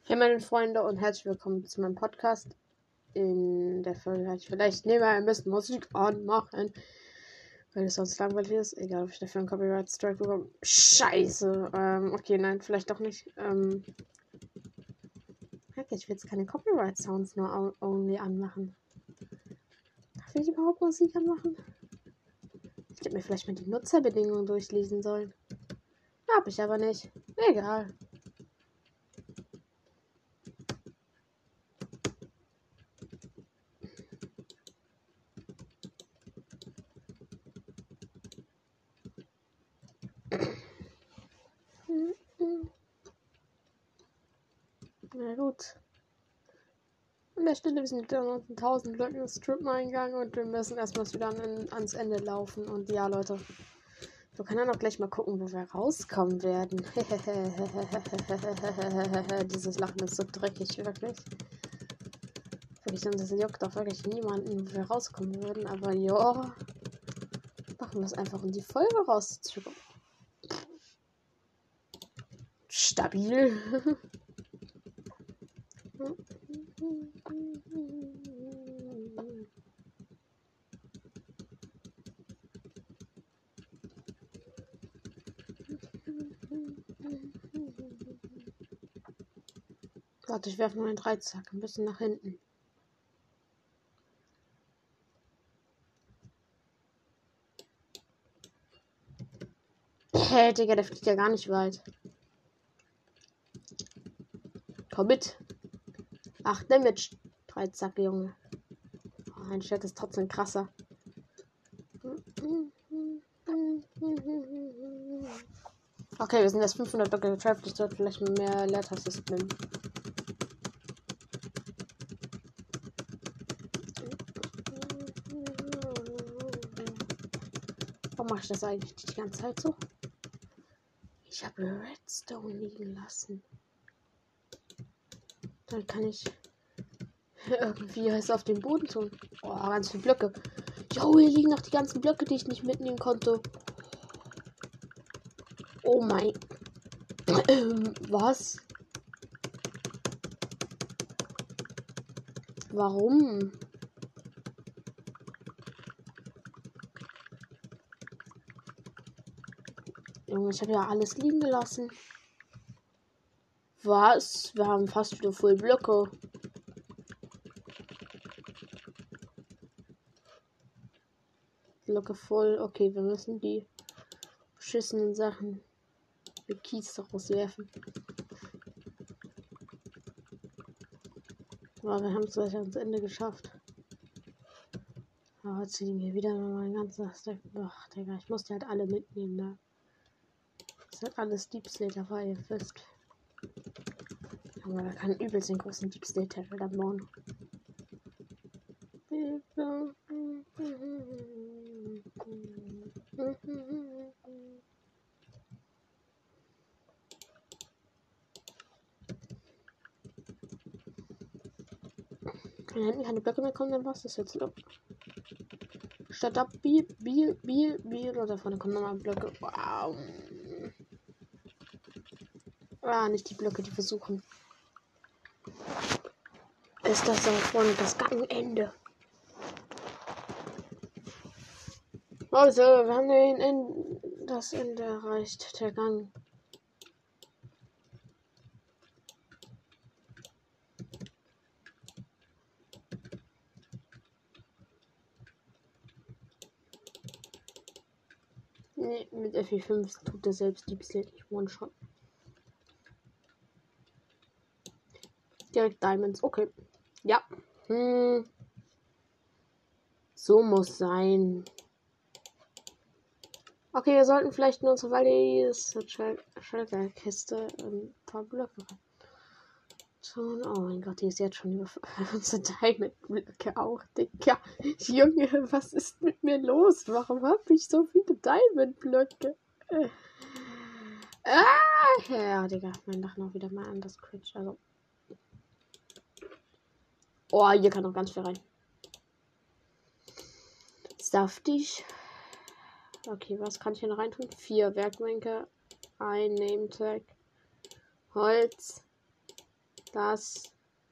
Hey meine Freunde und herzlich willkommen zu meinem Podcast. In der Folge werde ich vielleicht nebenbei ein bisschen Musik anmachen, weil es sonst langweilig ist. Egal, ob ich dafür einen Copyright Strike bekomme. Scheiße. Okay, nein, vielleicht doch nicht. Okay, ich will jetzt keine Copyright Sounds nur only anmachen. Darf ich überhaupt Musik anmachen? Ich hätte mir vielleicht mal die Nutzerbedingungen durchlesen sollen. Hab ich aber nicht. Egal. Na gut. An der Stelle sind wieder 1000 Leute ins Strip eingegangen und wir müssen erstmal wieder ans Ende laufen. Und ja, Leute, wir können dann auch gleich mal gucken, wo wir rauskommen werden. Dieses Lachen ist so dreckig, wirklich. Wirklich, das juckt auch wirklich niemanden, wo wir rauskommen würden. Aber ja, machen wir es einfach, um die Folge rauszukommen. Stabil. Warte, ich werfe mal einen Dreizack ein bisschen nach hinten. Hey, Digga, der fliegt ja gar nicht weit. Komm mit. 8 Damage. Dreizack, Junge. Oh, ein Schwert ist trotzdem krasser. Okay, wir sind erst 500 Blöcke getrappt. Ich sollte vielleicht mehr Leertaste spammen. Warum mache ich das eigentlich die ganze Zeit so? Ich habe Redstone liegen lassen. Dann kann ich irgendwie es auf den Boden tun. Oh, ganz viele Blöcke. Jo, hier liegen noch die ganzen Blöcke, die ich nicht mitnehmen konnte. Oh mein. Was? Warum? Junge, ich habe ja alles liegen gelassen. Was? Wir haben fast wieder voll Blöcke. Blöcke voll. Okay, wir müssen die beschissenen Sachen mit Kies rauswerfen. Aber wir haben es gleich ans Ende geschafft. Aber jetzt liegen wir wieder mal ein ganzes Stack. Ach, Digga, ich musste halt alle mitnehmen, ne? Das ist halt alles Deep Slate dabei, ihr wisst. Aber da kann übelst den großen Deep Slate wieder bauen. Wenn hinten keine Blöcke mehr kommen, dann was ist jetzt los? Statt ab, Bier. Und da vorne kommen nochmal Blöcke. Wow. Ah, nicht die Blöcke, die versuchen. Ist das da vorne das Gangende? Also, wir haben das Ende erreicht. Der Gang. Nee, mit FE5 tut er selbst Deep Slate nicht One-Shot. Direkt Diamonds, okay. Ja. So muss sein. Okay, wir sollten vielleicht in unsere Schalterkiste ein paar Blöcke tun. Oh mein Gott, die ist jetzt schon über unsere Diamond-Blöcke auch, Digga. Junge, was ist mit mir los? Warum habe ich so viele Diamond-Blöcke? Ja, Digga, mein Lachen auch wieder mal an das Cringe. Also. Oh, hier kann noch ganz viel rein. Saftig. Okay, was kann ich hier noch reintun? 4 Werkbänke, ein Name-Tag, Holz, Das.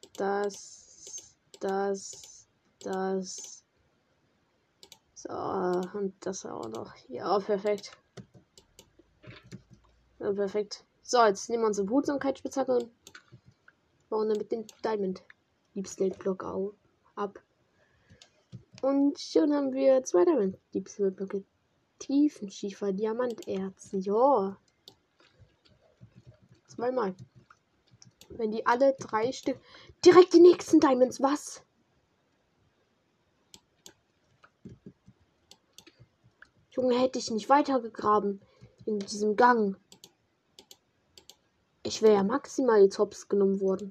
So, und das auch noch. Ja, perfekt. Ja, perfekt. So, jetzt nehmen wir unsere Behutsamkeitsspitzhacke und bauen damit den Diamond Deep Slate Block ab. Und schon haben wir 2 Diamond Deep Slate Blöcke. Tiefenschiefer, Diamanterz. Ja. 2-mal. Wenn die alle 3 Stück. Direkt die nächsten Diamonds, was? Junge, hätte ich nicht weitergegraben in diesem Gang. Ich wäre ja maximal jetzt hops genommen worden.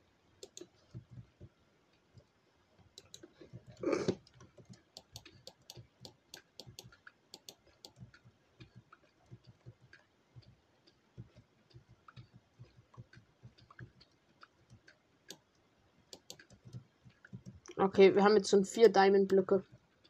Okay, wir haben jetzt schon 4 Diamond-Blöcke.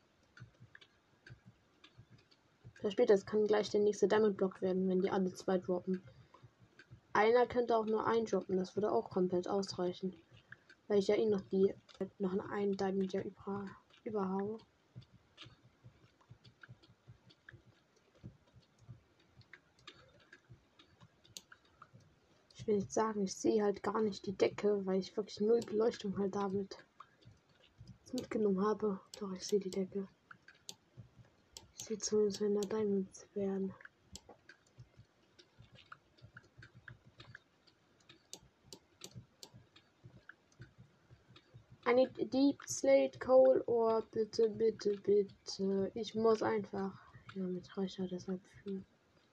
Später, es kann gleich der nächste Diamond-Block werden, wenn die alle 2 droppen. Einer könnte auch nur einen droppen, das würde auch komplett ausreichen. Weil ich ja eh noch einen Diamond ja überhaue. Ich will nicht sagen, ich sehe halt gar nicht die Decke, weil ich wirklich null Beleuchtung halt damit mitgenommen habe. Doch, ich sehe die Decke. Ich sehe zumindest, wenn da Diamonds werden. I need a deep slate coal or bitte. Ich muss einfach. Ja, mit Reicher deshalb fühlen.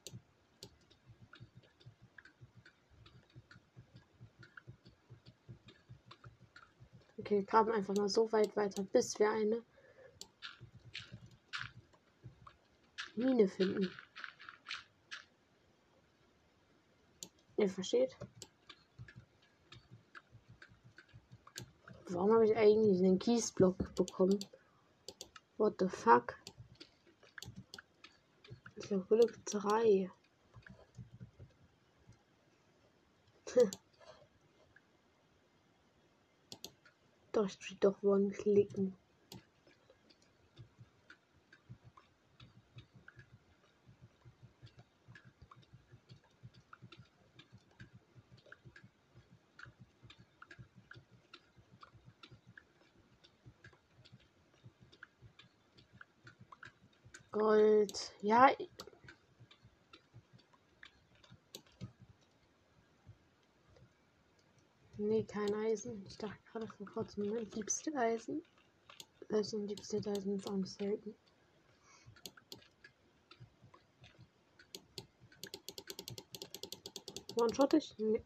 Okay, graben einfach mal so weit weiter, bis wir eine Mine finden. Ihr versteht? Warum habe ich eigentlich einen Kiesblock bekommen? What the fuck? Ich habe Glück 3. Doch, steht doch wollen klicken. Gold. Ja. Nee, kein Eisen. Ich dachte gerade vor kurzem, mein liebstes Eisen. Also ein liebstes Eisen ist auch nicht selten. One-shottig? Nee.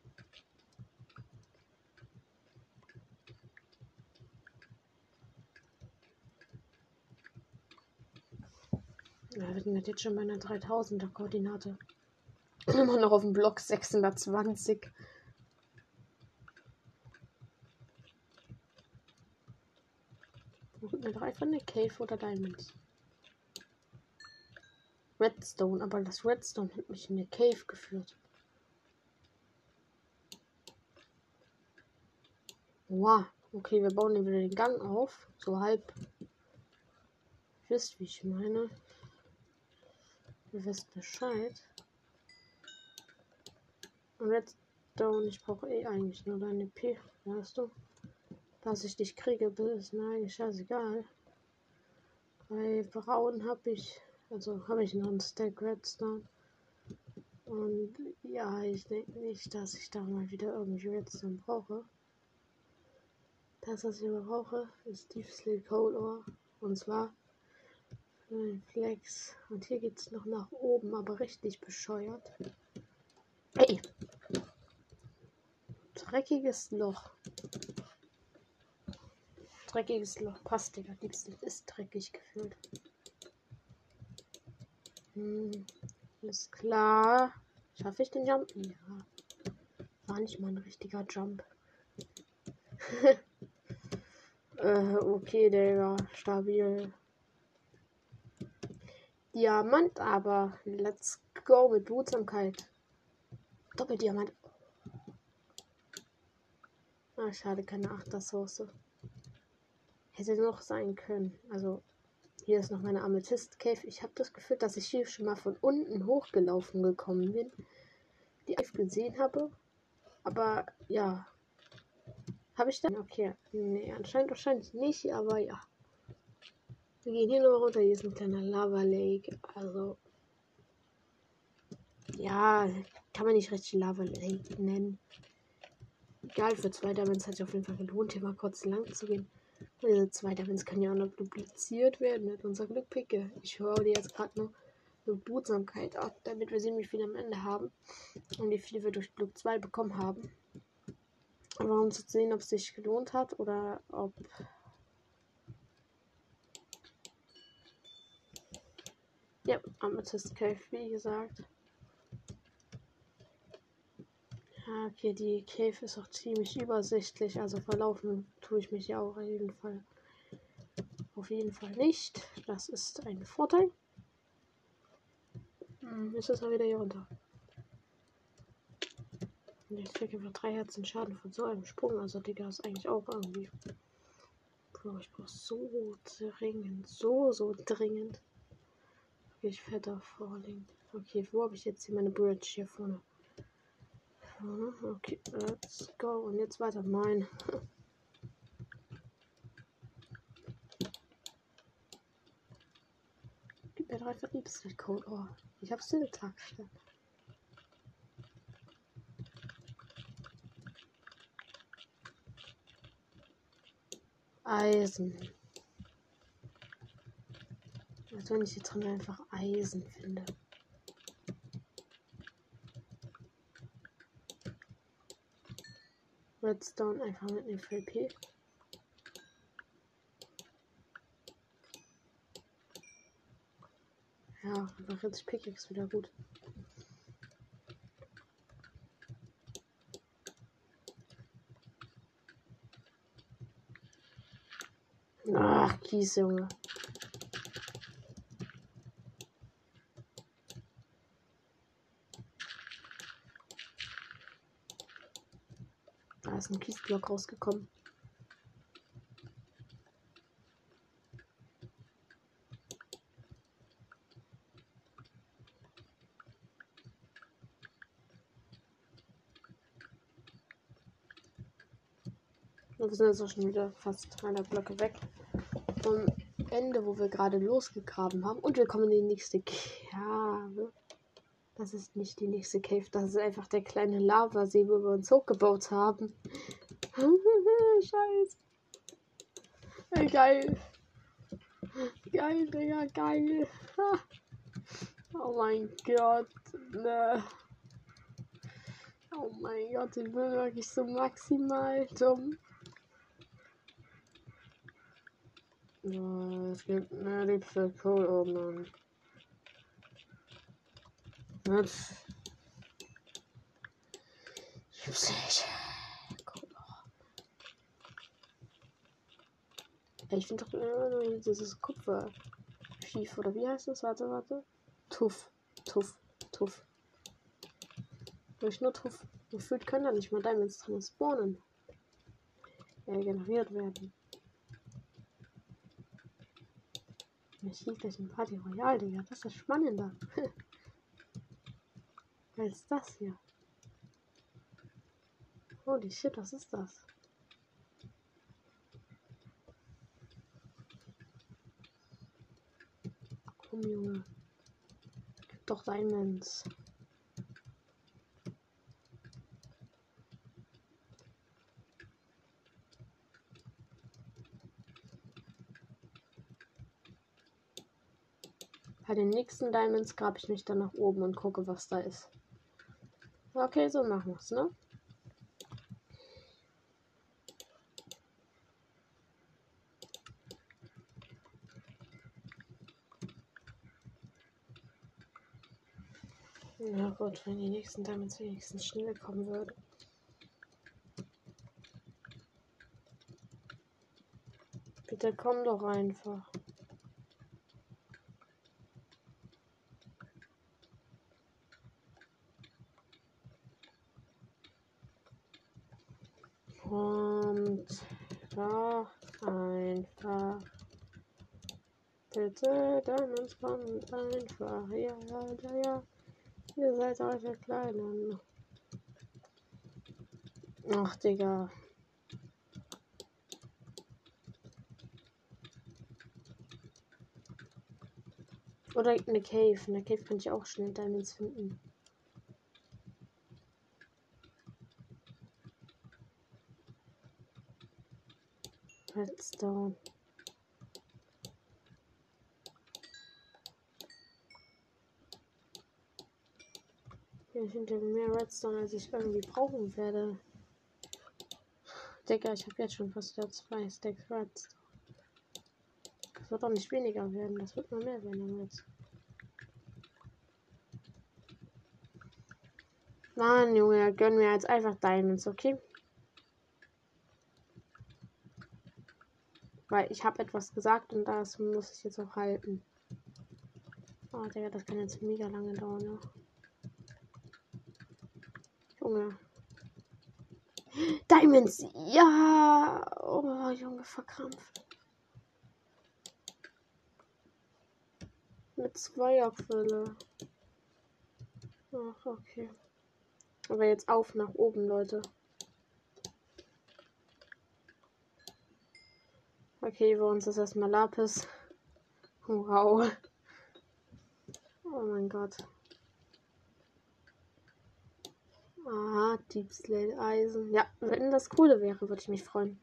Ja, wir sind jetzt schon bei einer 3000er Koordinate. Immer noch auf dem Block 620. Eine 3 von der Cave oder Diamonds. Redstone, aber das Redstone hat mich in der Cave geführt. Wow, okay, wir bauen wieder den Gang auf. So halb. Ihr wisst, wie ich meine. Ihr wisst Bescheid. Und Redstone, ich brauche eh eigentlich nur deine P, weißt du? Dass ich dich kriege, ist mir eigentlich scheißegal. Bei Braun habe ich noch einen Stack Redstone. Und ja, ich denke nicht, dass ich da mal wieder irgendwie Redstone brauche. Das, was ich brauche, ist Deep Slate Coal Ore. Und zwar für den Flex. Und hier geht es noch nach oben, aber richtig bescheuert. Ey! Dreckiges Loch. Dreckiges Loch. Passt, Digga. Deep Slate ist dreckig gefühlt. Ist klar. Schaffe ich den Jump? Ja. War nicht mal ein richtiger Jump. Okay, Digga. Stabil. Diamant aber. Let's go mit Behutsamkeit. Doppeldiamant. Ah, schade, keine Achtersoße. Hätte noch sein können. Also, hier ist noch meine Amethyst Cave. Ich habe das Gefühl, dass ich hier schon mal von unten hochgelaufen gekommen bin. Die ich gesehen habe. Aber, ja. Habe ich dann? Okay. Nee, anscheinend wahrscheinlich nicht, aber ja. Wir gehen hier noch runter. Hier ist ein kleiner Lava Lake. Also, ja, kann man nicht richtig Lava Lake nennen. Egal, für 2 Diamonds hat sich auf jeden Fall gelohnt, hier mal kurz lang zu gehen. Und diese 2 Diamonds können ja auch noch dupliziert werden mit unserer Glückpicke. Ich höre dir jetzt gerade nur eine Behutsamkeit ab, damit wir sehen, wie viel am Ende haben. Und wie viel wir durch Glück 2 bekommen haben. Aber um zu sehen, ob es sich gelohnt hat oder ob... Ja, Amethyst Cave, wie gesagt. Ja, okay, die Cave ist auch ziemlich übersichtlich, also verlaufen tue ich mich ja auch auf jeden Fall. Auf jeden Fall nicht. Das ist ein Vorteil. Jetzt ist er wieder hier runter. Und ich kriege einfach 3 Herzen Schaden von so einem Sprung. Also, Digga, ist eigentlich auch irgendwie. Bro, ich brauche so dringend. So dringend. Okay, ich werde da vorlegen. Okay, wo habe ich jetzt hier meine Bridge hier vorne? Okay, let's go. Und jetzt weiter. Mein. Gib mir 3 Verliebscode. Oh, ich habe Silbertagstelle. Eisen. Als wenn ich hier drin einfach Eisen finde. Redstone einfach mit einem FLP. Ja, einfach jetzt Pickaxe wieder gut. Ach, Kies, Junge. Da ist ein Kiesblock rausgekommen. Wir sind jetzt auch schon wieder fast 300 Blöcke weg vom Ende, wo wir gerade losgegraben haben. Und wir kommen in die nächste Cave. Das ist nicht die nächste Cave, das ist einfach der kleine Lavasee, wo wir uns hochgebaut haben. Scheiße. Geil. Geil, Digga, geil. Oh mein Gott. Ne. Oh mein Gott, ich bin wirklich so maximal dumm. Ja, es gibt mehr Liebste Kohl, oh Mann. Jetzt. Ich hab's nicht. Ich finde doch dieses Kupfer. Schief, oder wie heißt das? Warte. Tuff. Durch nur Tuff. Gefühlt können da nicht mal Diamonds drin spawnen. Generiert werden. Ich liegt gleich ein Party Royale, Digga. Das ist spannender. Was ist das hier? Holy shit, was ist das? Komm, Junge. Gib doch Diamonds. Bei den nächsten Diamonds grabe ich mich dann nach oben und gucke, was da ist. Okay, so machen wir's, ne? Na gut, wenn die nächsten Diamonds wenigstens schnell kommen würden. Bitte komm doch einfach. kommt doch einfach. Bitte, Diamonds kommt einfach. Ja, ja, ja, ja. Ihr seid solche Kleinen. Ach, Digga. Oder eine Cave. In der Cave kann ich auch schnell Diamonds finden. Redstone. Ich finde mehr Redstone, als ich irgendwie brauchen werde. Digga, ich habe jetzt schon fast wieder 2 Stacks Redstone. Das wird auch nicht weniger werden. Das wird nur mehr werden jetzt. Mann, Junge, gönn mir jetzt einfach Diamonds, okay? Weil ich habe etwas gesagt und das muss ich jetzt auch halten. Oh, Digga, das kann jetzt mega lange dauern, ne? Junge. Diamonds! Ja! Oh, Junge, verkrampft. Mit 2er-Quelle. Ach, okay. Aber jetzt auf nach oben, Leute. Okay, bei uns ist erstmal Lapis. Wow. Oh mein Gott. Aha, Deep Slate Eisen. Ja, wenn das Kohle wäre, würde ich mich freuen.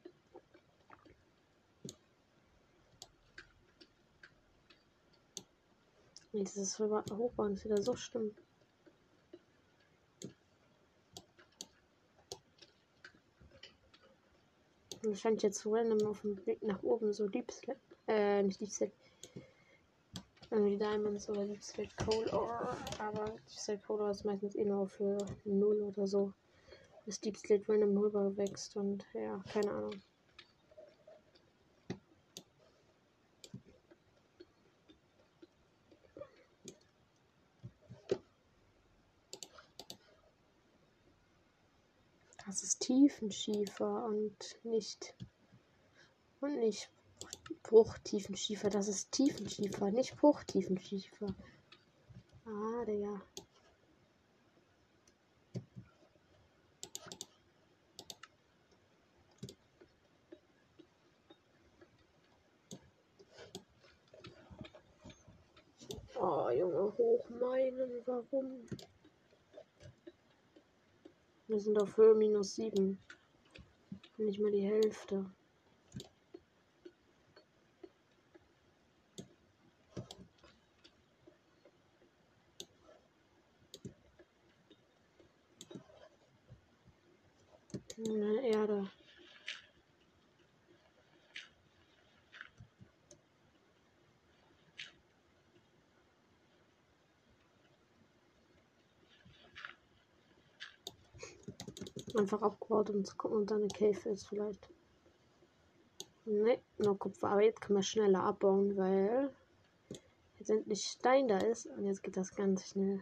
Nee, dieses Hochbauen ist wieder so schlimm. Wahrscheinlich jetzt random auf dem Weg nach oben so Deep Slate. Nicht Deep Slate. Irgendwie Diamonds oder Deep Slate Coal Ore. Aber Deep Slate Coal Ore ist meistens eh nur für 0 oder so. Bis Deep Slate random rüber wächst und ja, keine Ahnung. Das ist Tiefenschiefer und nicht Bruchtiefenschiefer. Das ist Tiefenschiefer, nicht Bruchtiefenschiefer. Ah, Digga. Oh, Junge, hochmeinen, warum? Wir sind auf Höhe -7. Nicht mal die Hälfte. Eine Erde. Einfach abgebaut, um zu gucken, ob da eine Cave ist vielleicht. Ne, nur Kupfer. Aber jetzt können wir schneller abbauen, weil jetzt endlich Stein da ist. Und jetzt geht das ganz schnell.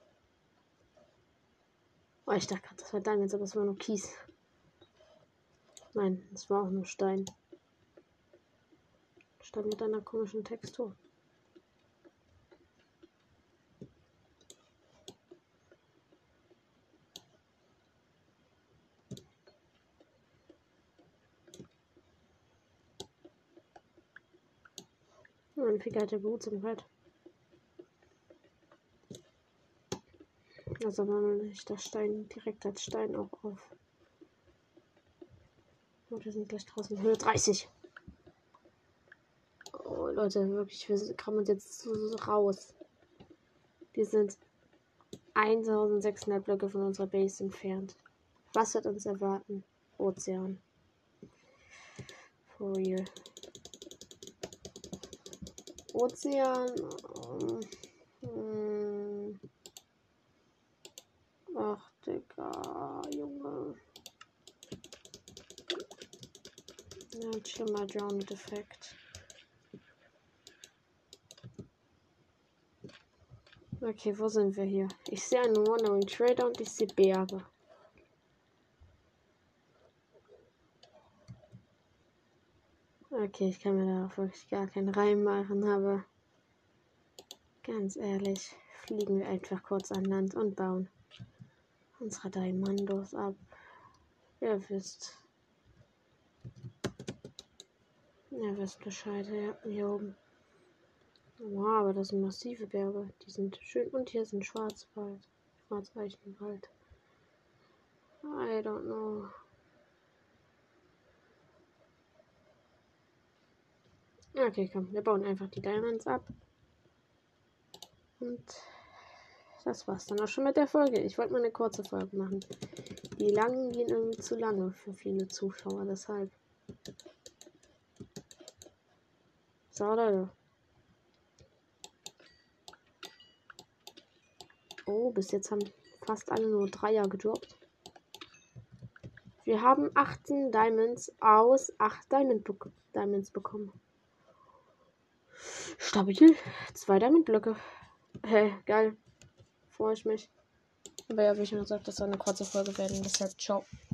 Oh, ich dachte gerade, das war Diamonds, aber es war nur Kies. Nein, es war auch nur Stein. Stein mit einer komischen Textur. Mein Finger hat ja Behutsamkeit. Also man nicht das Stein direkt als Stein auch auf. Oh, wir sind gleich draußen. Höhe 30. Oh, Leute, wirklich, wir kommen uns jetzt so raus. Wir sind 1600 Blöcke von unserer Base entfernt. Was wird uns erwarten? Ozean. For real. Ozean. Ach, Digga, Junge. Ja, schlimmer Drowned-Effekt. Okay, wo sind wir hier? Ich sehe einen Wandering Trader und ich sehe Berge. Okay, ich kann mir da auch wirklich gar keinen Reim machen, aber ganz ehrlich, fliegen wir einfach kurz an Land und bauen unsere Diamandos ab. Ihr wisst Bescheid, ja, hier oben. Wow, aber das sind massive Berge, die sind schön. Und hier sind Schwarzeichenwald. I don't know. Okay, komm, wir bauen einfach die Diamonds ab. Und das war's dann auch schon mit der Folge. Ich wollte mal eine kurze Folge machen. Die langen gehen irgendwie zu lange für viele Zuschauer, deshalb. So, Leute. Oh, bis jetzt haben fast alle nur Dreier gedroppt. Wir haben 18 Diamonds aus 8 Diamonds bekommen. Stabil. 2 Diamond-Blöcke. Geil. Freue ich mich. Aber ja, wie schon gesagt, das soll eine kurze Folge werden. Deshalb ciao.